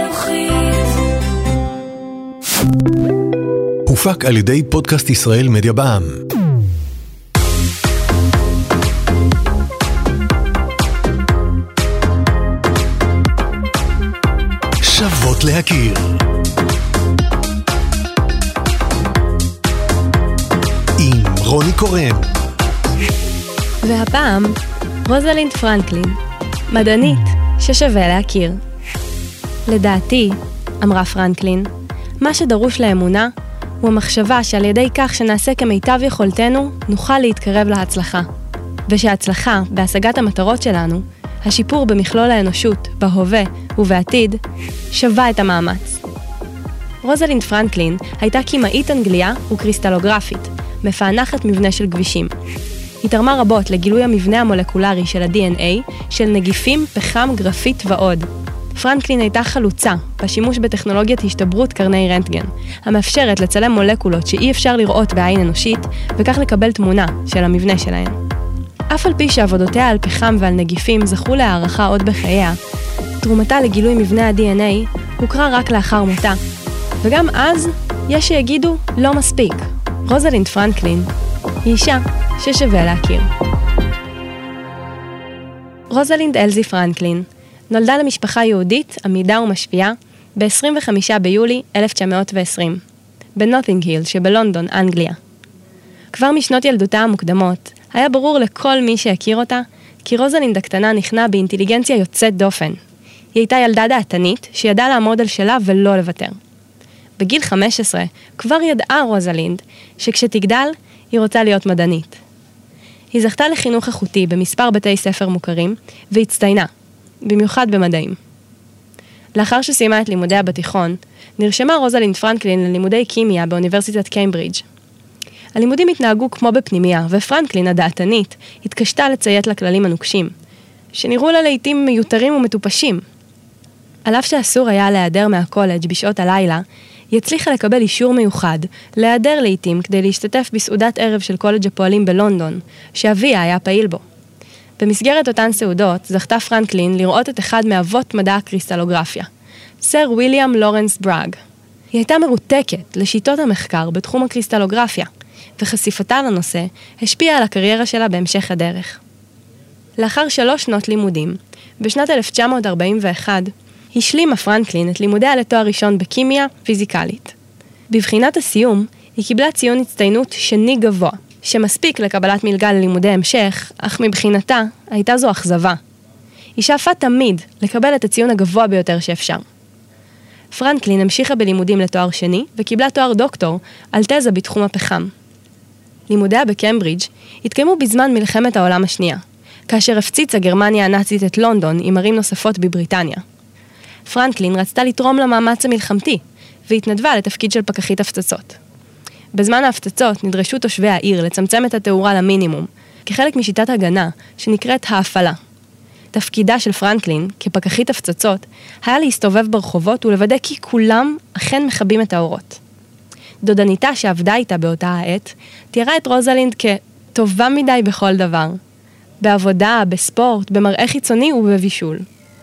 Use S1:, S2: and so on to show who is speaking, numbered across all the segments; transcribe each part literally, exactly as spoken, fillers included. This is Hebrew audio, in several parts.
S1: חינוכית.
S2: הופק על ידי פודקאסט ישראל מדיה בע"מ. שוות להכיר. עם רוני קורן.
S3: והפעם רוזלינד פרנקלין, מדענית ששווה להכיר. לדעתי, אמרה פרנקלין, מה שדרוש לאמונה הוא המחשבה שעל ידי כך שנעשה כמיטב יכולתנו נוכל להתקרב להצלחה. ושההצלחה בהשגת המטרות שלנו, השיפור במכלול האנושות, בהווה ובעתיד, שווה את המאמץ. רוזלינד פרנקלין הייתה כימאית אנגליה וקריסטלוגרפית, מפענחת מבנה של כבישים. היא תרמה רבות לגילוי המבנה המולקולרי של ה-די אן איי, של נגיפים, פחם, גרפית ועוד. פרנקלין הייתה חלוצה בשימוש בטכנולוגיית השתברות קרני רנטגן, המאפשרת לצלם מולקולות שאי אפשר לראות בעין אנושית, וכך לקבל תמונה של המבנה שלהן. אף על פי שעבודותיה על פחם ועל נגיפים זכו להערכה עוד בחייה, תרומתה לגילוי מבנה ה-די אן איי הוכרה רק לאחר מותה. וגם אז, יש שיגידו לא מספיק. רוזלינד פרנקלין היא אישה ששווה להכיר. רוזלינד אלזי פרנקלין נולדה למשפחה יהודית, עמידה ומשפיעה, ב-עשרים וחמישה ביולי אלף תשע מאות ועשרים, בנות'ינג היל שבלונדון, אנגליה. כבר משנות ילדותה המוקדמות, היה ברור לכל מי שהכיר אותה, כי רוזלינד הקטנה נכנעה באינטליגנציה יוצאת דופן. היא הייתה ילדה דעתנית, שידעה לעמוד על שלה ולא לוותר. בגיל חמש עשרה, כבר ידעה רוזלינד, שכשתגדל, היא רוצה להיות מדענית. היא זכתה לחינוך איכותי במספר בתי ספר מוכרים, והצטיינה, במיוחד במדעים. לאחר שסיימה את לימודיה בתיכון, נרשמה רוזלינד פרנקלין ללימודי קימיה באוניברסיטת קיימברידג'. הלימודים התנהגו כמו בפנימיה, ופרנקלין, הדעתנית, התקשתה לציית לכללים הנוקשים, שנראו לה לעתים מיותרים ומטופשים. על אף שאסור היה להיעדר מהקולג' בשעות הלילה, היא הצליחה לקבל אישור מיוחד, להיעדר לעתים כדי להשתתף בסעודת ערב של קולג' הפועלים בלונדון, שאביה היה פעיל בו. במסגרת אותן סעודות, זכתה פרנקלין לראות את אחד מאבות מדע הקריסטלוגרפיה, סר ויליאם לורנס בראג. היא הייתה מרותקת לשיטות המחקר בתחום הקריסטלוגרפיה, וחשיפתה לנושא השפיעה על הקריירה שלה בהמשך הדרך. לאחר שלוש שנות לימודים, בשנת אלף תשע מאות ארבעים ואחת, השלימה פרנקלין את לימודיה לתואר ראשון בקימיה פיזיקלית. בבחינת הסיום, היא קיבלה ציון הצטיינות שני גבוה, שמספיק לקבלת מלגה ללימודי המשך, אך מבחינתה הייתה זו אכזבה. היא שאפה תמיד לקבל את הציון הגבוה ביותר שאפשר. פרנקלין המשיכה בלימודים לתואר שני, וקיבלה תואר דוקטור על תזה בתחום הפחם. לימודיה בקיימברידג' התקיימו בזמן מלחמת העולם השנייה, כאשר הפציצה גרמניה הנאצית את לונדון עם ערים נוספות בבריטניה. פרנקלין רצתה לתרום למאמץ המלחמתי, והתנדבה לתפקיד של פקחית הפצצות. בזמן ההפצצות נדרשו תושבי העיר לצמצם את התאורה למינימום, כחלק משיטת הגנה שנקראת ההפעלה. תפקידה של פרנקלין, כפקחית הפצצות, היה להסתובב ברחובות ולוודא כי כולם אכן מכבים את האורות. דודניתה שעבדה איתה באותה העת, תיארה את רוזלינד כטובה מדי בכל דבר. בעבודה, בספורט, במראה חיצוני ובבישול.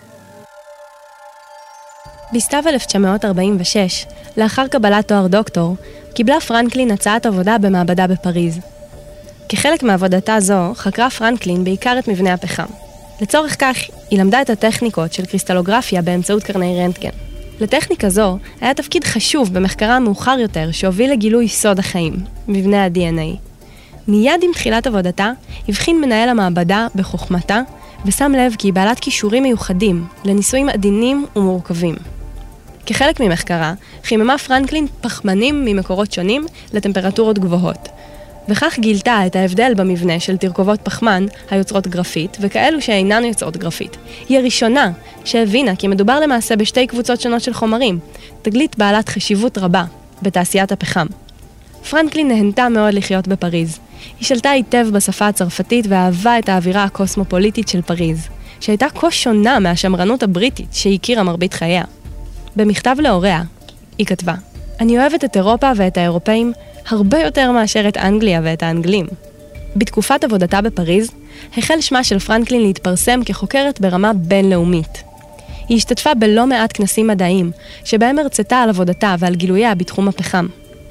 S3: בסתיו אלף תשע מאות ארבעים ושש, לאחר קבלת תואר דוקטור, קיבלה פרנקלין הצעת עבודה במעבדה בפריז. כחלק מעבודתה זו, חקרה פרנקלין בעיקר את מבנה הפחם. לצורך כך, היא למדה את הטכניקות של קריסטלוגרפיה באמצעות קרני רנטגן. לטכניקה זו היה תפקיד חשוב במחקרה המאוחר יותר שהוביל לגילוי סוד החיים, מבנה ה-די אן איי. מיד עם תחילת עבודתה, הבחין מנהל המעבדה בחוכמתה, ושם לב כי היא בעלת כישורים מיוחדים לניסויים עדינים ומורכבים. כחלק ממחקרה, חיממה פרנקלין פחמנים ממקורות שונים לטמפרטורות גבוהות, וכך גילתה את ההבדל במבנה של תרכובות פחמן היוצרות גרפית וכאלו שאינן יוצרות גרפית. היא הראשונה שהבינה כי מדובר למעשה בשתי קבוצות שונות של חומרים, תגלית בעלת חשיבות רבה בתעשיית הפחם. פרנקלין נהנתה מאוד לחיות בפריז. היא שלטה היטב בשפה הצרפתית ואהבה את האווירה הקוסמופוליטית של פריז, שהייתה כה שונה מהשמרנות הבריטית שהכירה מרבית חייה. במכתב להוריה, היא כתבה, אני אוהבת את אירופה ואת האירופאים הרבה יותר מאשר את אנגליה ואת האנגלים. בתקופת עבודתה בפריז, החל שמה של פרנקלין להתפרסם כחוקרת ברמה בינלאומית. היא השתתפה בלא מעט כנסים מדעיים, שבהם הרצתה על עבודתה ועל גילוייה בתחום הפחם.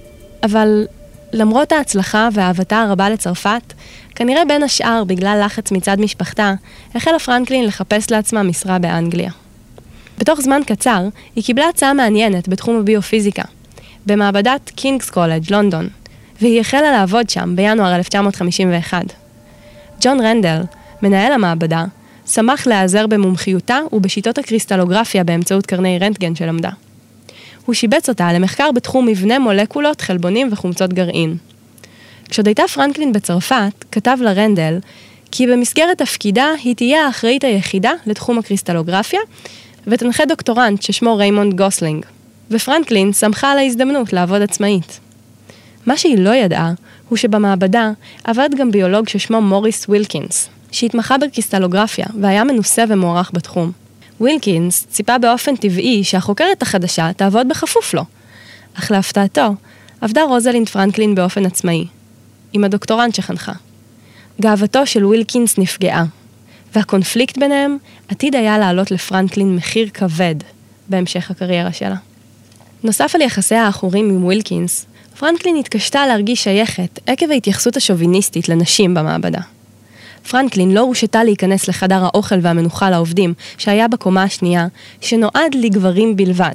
S3: אבל למרות ההצלחה והאהבתה הרבה לצרפת, כנראה בין השאר בגלל לחץ מצד משפחתה, החלה פרנקלין לחפש לעצמה משרה באנגליה. בתוך זמן קצר, היא קיבלה הצעה מעניינת בתחום הביופיזיקה, במעבדת קינגס קולג' לונדון, והיא החלה לעבוד שם בינואר אלף תשע מאות חמישים ואחת. ג'ון רנדל, מנהל המעבדה, שמח להיעזר במומחיותה ובשיטות הקריסטלוגרפיה באמצעות קרני רנטגן שלמדה. הוא שיבץ אותה למחקר בתחום מבנה מולקולות, חלבונים וחומצות גרעין. כשעוד הייתה פרנקלין בצרפת, כתב לה רנדל כי במסגרת תפקידה היא תהיה האחראית היחידה לתחום הקריסטלוגרפיה, ותנחה דוקטורנט ששמו ריימונד גוסלינג. ופרנקלין שמחה על ההזדמנות לעבוד עצמאית. מה שהיא לא ידעה הוא שבמעבדה עבד גם ביולוג ששמו מוריס ווילקינס, שהתמחה בקריסטלוגרפיה והיה מנוסה ומוערך בתחום. ווילקינס ציפה באופן טבעי שהחוקרת החדשה תעבוד בכפוף לו, אך להפתעתו עבדה רוזלינד פרנקלין באופן עצמאי, עם הדוקטורנט שחנכה. גאוותו של ווילקינס נפגעה, והקונפליקט ביניהם עתיד היה לעלות לפרנקלין מחיר כבד בהמשך הקריירה שלה. נוסף על יחסי האחורים עם ווילקינס, פרנקלין התקשתה להרגיש שייכת עקב ההתייחסות השוביניסטית לנשים במעבדה. פרנקלין לא הורשתה להיכנס לחדר האוכל והמנוחה לעובדים שהיה בקומה השנייה, שנועד לגברים בלבד.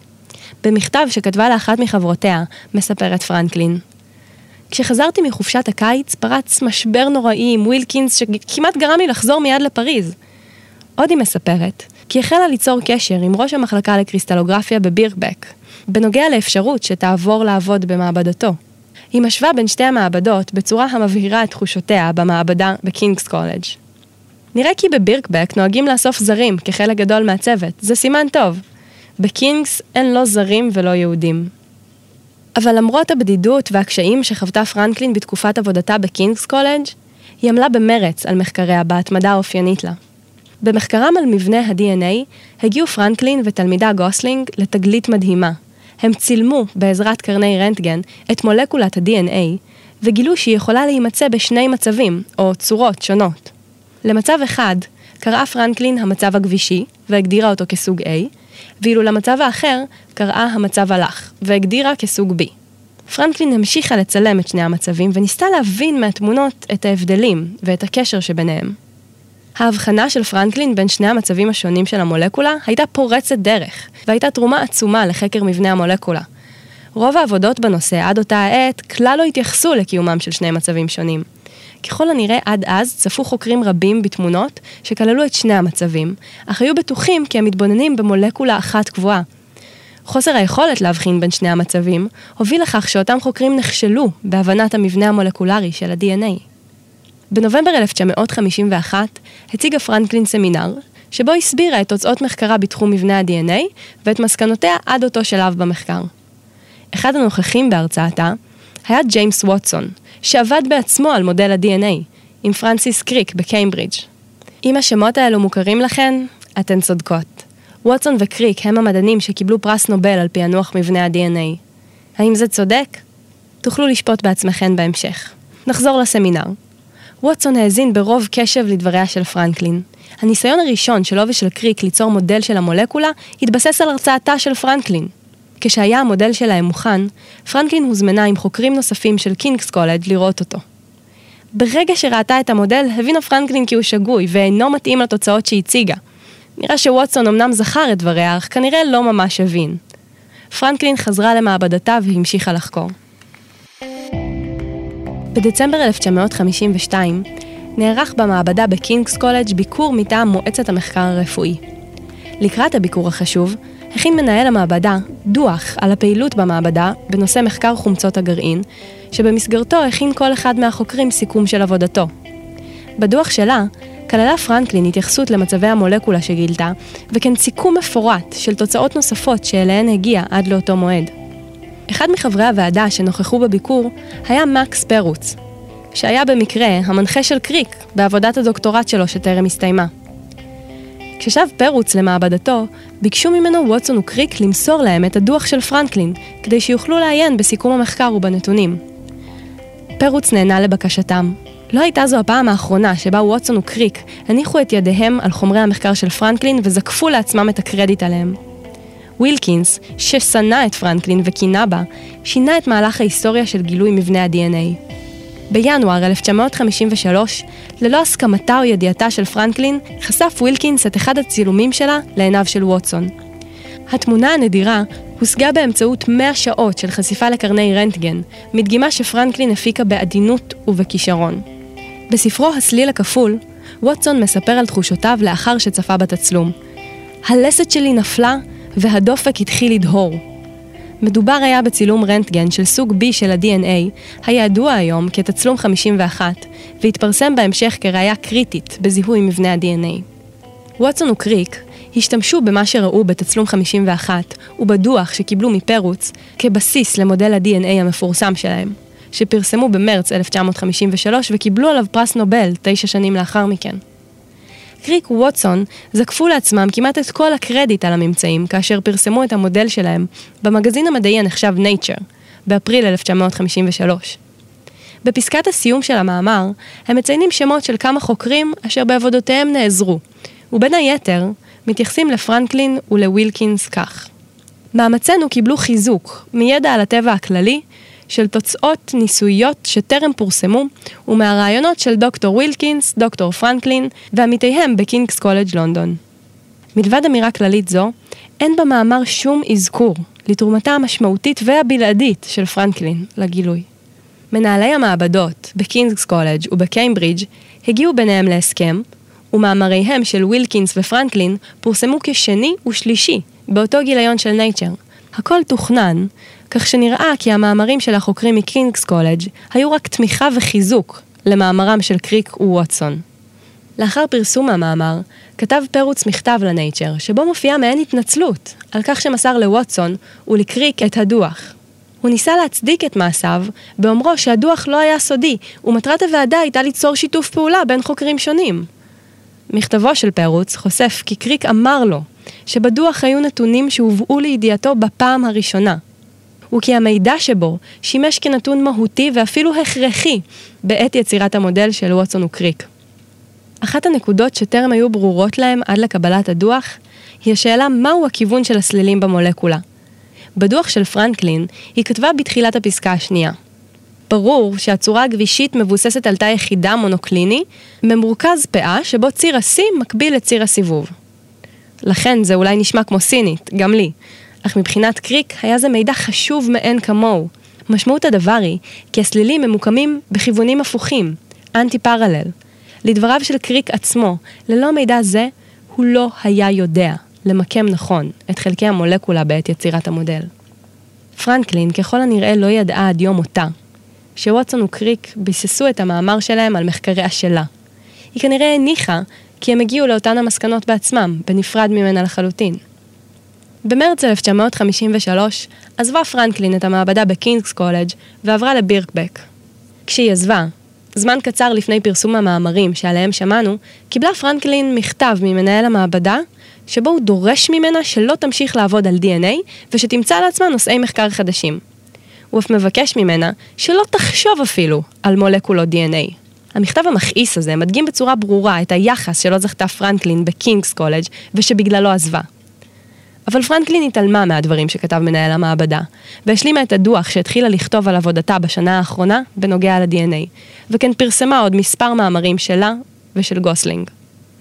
S3: במכתב שכתבה לאחת מחברותיה, מספרת פרנקלין: כשחזרתי מחופשת הקיץ, פרץ משבר נוראי עם ווילקינס שכמעט גרם לי לחזור מיד לפריז. עוד היא מספרת, כי החלה ליצור קשר עם ראש המחלקה לקריסטלוגרפיה בבירקבק, בנוגע לאפשרות שתעבור לעבוד במעבדתו. היא משווה בין שתי המעבדות בצורה המבהירה את תחושותיה במעבדה בקינגס קולג'. נראה כי בבירקבק נוהגים לאסוף זרים כחלק גדול מהצוות, זה סימן טוב. בקינגס אין לא זרים ולא יהודים. אבל למרות הבדידות והקשיים שחוותה פרנקלין בתקופת עבודתה בקינגס קולג', היא עמלה במרץ על מחקריה בהתמדה האופיינית לה. במחקרם על מבנה ה-די אן איי הגיעו פרנקלין ותלמידה גוסלינג לתגלית מדהימה. הם צילמו בעזרת קרני רנטגן את מולקולת ה-די אן איי וגילו שהיא יכולה להימצא בשני מצבים או צורות שונות. למצב אחד קראה פרנקלין המצב הגבישי והגדירה אותו כסוג A, ואילו למצב האחר קראה המצב הלך והגדירה כסוג B. פרנקלין המשיכה לצלם את שני המצבים וניסתה להבין מהתמונות את ההבדלים ואת הקשר שביניהם. ההבחנה של פרנקלין בין שני המצבים השונים של המולקולה הייתה פורצת דרך, והייתה תרומה עצומה לחקר מבנה המולקולה. רוב העבודות בנושא עד אותה העת כלל לא התייחסו לקיומם של שני מצבים שונים. ככל הנראה עד אז צפו חוקרים רבים בתמונות שכללו את שני המצבים, אך היו בטוחים כי הם מתבוננים במולקולה אחת קבועה. חוסר היכולת להבחין בין שני המצבים הוביל לכך שאותם חוקרים נכשלו בהבנת המבנה המולקולרי של ה-די אן איי. בנובמבר אלף תשע מאות חמישים ואחת הציגה פרנקלין סמינר, שבו הסבירה את תוצאות מחקרה בתחום מבנה ה-די אן איי ואת מסקנותיה עד אותו שלב במחקר. אחד הנוכחים בהרצאתה היה ג'יימס ווטסון, שעבד בעצמו על מודל ה-די אן איי, עם פרנסיס קריק בקיימברידג'. אם השמות האלו מוכרים לכן, אתן צודקות. ווטסון וקריק הם המדענים שקיבלו פרס נובל על פענוח מבנה ה-די אן איי. האם זה צודק? תוכלו לשפוט בעצמכן בהמשך. נחזור לסמינר. ווטסון האזין ברוב קשב לדבריה של פרנקלין. הניסיון הראשון שלו ושל קריק ליצור מודל של המולקולה התבסס על הרצאתה של פרנקלין. כשהיה המודל שלהם מוכן, פרנקלין הוזמנה עם חוקרים נוספים של קינגס קולג' לראות אותו. ברגע שראתה את המודל, הבינה פרנקלין כי הוא שגוי ואינו מתאים לתוצאות שהציגה. נראה שווטסון אמנם זכר את דבריה, אך כנראה לא ממש הבין. פרנקלין חזרה למעבדתה והמשיכה לחקור. בדצמבר אלף תשע מאות חמישים ושתיים נערך במעבדה בקינגס קולג' ביקור מטעם מועצת המחקר הרפואי. לקראת הביקור החשוב, הכין מנהל המעבדה דוח על הפעילות במעבדה בנושא מחקר חומצות הגרעין, שבמסגרתו הכין כל אחד מהחוקרים סיכום של עבודתו. בדוח שלה כללה פרנקלין התייחסות למצבי המולקולה שגילתה, וכן סיכום מפורט של תוצאות נוספות שאליהן הגיע עד לאותו מועד. אחד מחברי הוועדה שנוכחו בביקור היה מקס פרוץ, שהיה במקרה המנחה של קריק בעבודת הדוקטורט שלו שטרם הסתיימה. כששב פרוץ למעבדתו, ביקשו ממנו ווטסון וקריק למסור להם את הדוח של פרנקלין, כדי שיוכלו לעיין בסיכום המחקר ובנתונים. פרוץ נענה לבקשתם, לא הייתה זו הפעם האחרונה שבה ווטסון וקריק הניחו את ידיהם על חומרי המחקר של פרנקלין וזקפו לעצמם את הקרדיט עליהם. ווילקינס, ששנא את פרנקלין וקינה בה, שינה את מהלך ההיסטוריה של גילוי מבנה ה-די אן איי. בינואר אלף תשע מאות חמישים ושלוש, ללא הסכמתה או ידיעתה של פרנקלין, חשף ווילקינס את אחד הצילומים שלה לעיניו של ווטסון. התמונה הנדירה הושגה באמצעות מאה שעות של חשיפה לקרני רנטגן, מדגימה שפרנקלין הפיקה בעדינות ובכישרון. בספרו הסליל הכפול, ווטסון מספר על תחושותיו לאחר שצפה בתצלום. הלסת שלי נפלה והדופק התחיל לדהור. מדובר היה בצילום רנטגן של סוג B של ה-די אן איי, הידוע היום כתצלום חמישים ואחת, והתפרסם בהמשך כראיה קריטית בזיהוי מבנה ה-די אן איי. ווטסון וקריק השתמשו במה שראו בתצלום חמישים ואחת ובדוח שקיבלו מפרוץ כבסיס למודל ה-די אן איי המפורסם שלהם, שפרסמו במרץ אלף תשע מאות חמישים ושלוש וקיבלו עליו פרס נובל תשע שנים לאחר מכן. קריק וווטסון זקפו לעצמם כמעט את כל הקרדיט על הממצאים כאשר פרסמו את המודל שלהם במגזין המדעי הנחשב Nature באפריל אלף תשע מאות חמישים ושלוש. בפסקת הסיום של המאמר הם מציינים שמות של כמה חוקרים אשר בעבודותיהם נעזרו, ובין היתר מתייחסים לפרנקלין ולווילקינס כך: מאמצינו קיבלו חיזוק מידע על הטבע הכללי של תוצאות ניסויות שטרם פורסמו ומהרעיונות של דוקטור ווילקינס, דוקטור פרנקלין ועמיתיהם בקינגס קולג' לונדון. מלבד אמירה כללית זו, אין במאמר שום אזכור לתרומתה המשמעותית והבלעדית של פרנקלין לגילוי. מנהלי המעבדות בקינגס קולג' ובקיימברידג' הגיעו ביניהם להסכם, ומאמריהם של ווילקינס ופרנקלין פורסמו כשני ושלישי באותו גיליון של נייצ'ר. הכל תוכנן, כך שנראה כי המאמרים של החוקרים מקינגס קולג' היו רק תמיכה וחיזוק למאמרם של קריק וווטסון. לאחר פרסום המאמר, כתב פרוץ מכתב לנייצ'ר, שבו מופיעה מעין התנצלות על כך שמסר לווטסון ולקריק את הדוח. הוא ניסה להצדיק את מעשיו, באומרו שהדוח לא היה סודי, ומטרת הוועדה הייתה ליצור שיתוף פעולה בין חוקרים שונים. מכתבו של פרוץ חושף כי קריק אמר לו שבדוח היו נתונים שהובאו לידיעתו בפעם הראשונה, וכי המידע שבו שימש כנתון מהותי ואפילו הכרחי בעת יצירת המודל של ווטסון וקריק. אחת הנקודות שטרם היו ברורות להם עד לקבלת הדוח היא השאלה מהו הכיוון של הסלילים במולקולה. בדוח של פרנקלין היא כתבה בתחילת הפסקה השנייה: ברור שהצורה הגבישית מבוססת על תא יחידה מונוקליני, ממורכז פאה שבו ציר ה-C מקביל לציר הסיבוב. לכן זה אולי נשמע כמו סינית, גם לי, אך מבחינת קריק היה זה מידע חשוב מאין כמוהו. משמעות הדבר היא כי הסלילים ממוקמים בכיוונים הפוכים, אנטי פרלל. לדבריו של קריק עצמו, ללא מידע זה, הוא לא היה יודע למקם נכון את חלקי המולקולה בעת יצירת המודל. פרנקלין ככל הנראה לא ידעה עד יום מותה, שווטסון וקריק ביססו את המאמר שלהם על מחקריה שלה. היא כנראה הניחה כי הם הגיעו לאותן המסקנות בעצמם, בנפרד ממנה לחלוטין. במרץ אלף תשע מאות חמישים ושלוש עזבה פרנקלין את המעבדה בקינגס קולג' ועברה לבירקבק. כשהיא עזבה, זמן קצר לפני פרסום המאמרים שעליהם שמענו, קיבלה פרנקלין מכתב ממנהל המעבדה, שבו הוא דורש ממנה שלא תמשיך לעבוד על די אן איי ושתמצא לעצמה נושאי מחקר חדשים. הוא אף מבקש ממנה שלא תחשוב אפילו על מולקולות די אן איי. המכתב המכעיס הזה מדגים בצורה ברורה את היחס שלא זכתה פרנקלין בקינגס קולג' ושבגללו עזבה. אבל פרנקלין התעלמה מהדברים שכתב מנהל המעבדה, והשלימה את הדוח שהתחילה לכתוב על עבודתה בשנה האחרונה בנוגע ל-די אן איי, וכן פרסמה עוד מספר מאמרים שלה ושל גוסלינג.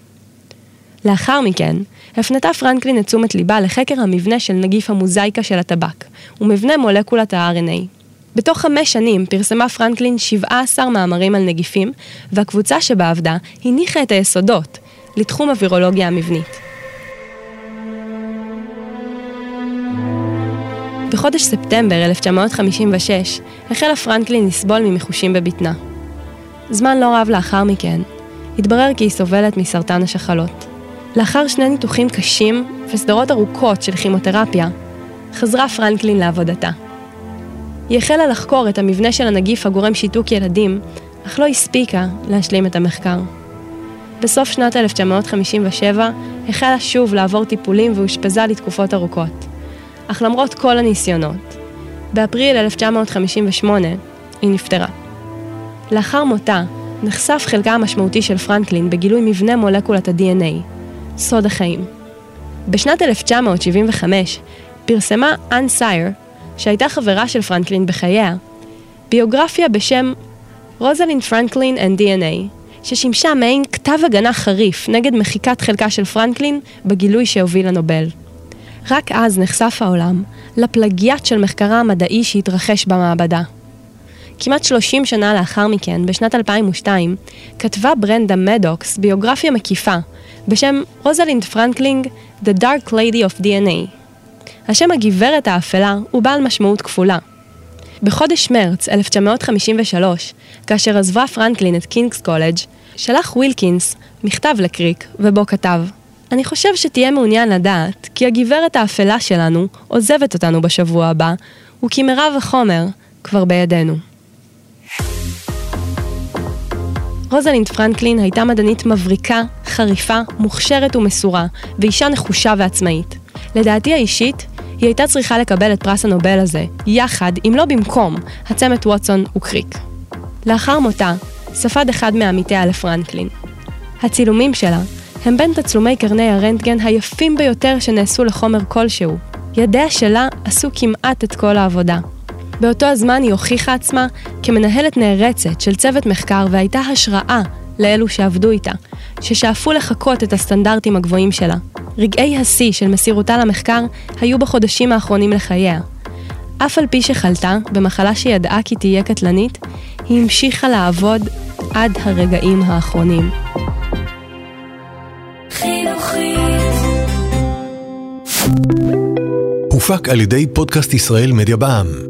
S3: לאחר מכן, הפנתה פרנקלין את תשומת ליבה לחקר המבנה של נגיף המוזאיקה של הטבק, ומבנה מולקולת ה-אר אן איי. בתוך חמש שנים פרסמה פרנקלין שבעה עשר מאמרים על נגיפים, והקבוצה שבה עבדה הניחה את היסודות לתחום הווירולוגיה המבנית. בחודש ספטמבר אלף תשע מאות חמישים ושש החלה פרנקלין לסבול ממחושים בבטנה. זמן לא רב לאחר מכן, התברר כי היא סובלת מסרטן השחלות. לאחר שני ניתוחים קשים וסדרות ארוכות של כימותרפיה, חזרה פרנקלין לעבודתה. היא החלה לחקור את המבנה של הנגיף הגורם שיתוק ילדים, אך לא הספיקה להשלים את המחקר. בסוף שנת אלף תשע מאות חמישים ושבע החלה שוב לעבור טיפולים והושפזה לתקופות ארוכות. אך למרות כל הניסיונות, באפריל אלף תשע מאות חמישים ושמונה היא נפטרה. לאחר מותה, נחשף חלקה המשמעותי של פרנקלין בגילוי מבנה מולקולת ה-די אן איי, סוד החיים. בשנת אלף תשע מאות שבעים וחמש פרסמה אן סייר, שהייתה חברה של פרנקלין בחייה, ביוגרפיה בשם רוזלין פרנקלין and די אן איי, ששימשה מעין כתב הגנה חריף נגד מחיקת חלקה של פרנקלין בגילוי שהוביל לנובל. רק אז נחשף העולם לפלגיאט של מחקרה המדעי שהתרחש במעבדה. כמעט שלושים שנה לאחר מכן, בשנת אלפיים ושתיים, כתבה ברנדה מדוקס ביוגרפיה מקיפה בשם רוזלין פרנקלין, The Dark Lady of די אן איי. השם הגברת האפלה הוא בעל משמעות כפולה. בחודש מרץ אלף תשע מאות חמישים ושלוש, כאשר עזבה פרנקלין את קינגס קולג', שלח ווילקינס מכתב לקריק, ובו כתב: אני חושב שתהיה מעוניין לדעת כי הגברת האפלה שלנו עוזבת אותנו בשבוע הבא, וכי מרב החומר כבר בידינו. רוזלינד פרנקלין הייתה מדענית מבריקה, חריפה, מוכשרת ומסורה, ואישה נחושה ועצמאית. לדעתי האישית, היא הייתה צריכה לקבל את פרס הנובל הזה, יחד, אם לא במקום, הצמד ווטסון וקריק. לאחר מותה, ספד אחד מעמיתיה לפרנקלין. הצילומים שלה הם בין תצלומי קרני הרנטגן היפים ביותר שנעשו לחומר כלשהו. ידיה שלה עשו כמעט את כל העבודה. באותו הזמן היא הוכיחה עצמה כמנהלת נערצת של צוות מחקר והייתה השראה לאלו שעבדו איתה, ששאפו לחקות את הסטנדרטים הגבוהים שלה. רגעי השיא של מסירותה למחקר היו בחודשים האחרונים לחייה. אף על פי שחלתה במחלה שידעה כי תהיה קטלנית, היא המשיכה לעבוד עד הרגעים האחרונים.
S2: הופק על ידי פודקאסט ישראל מדיה בע"מ.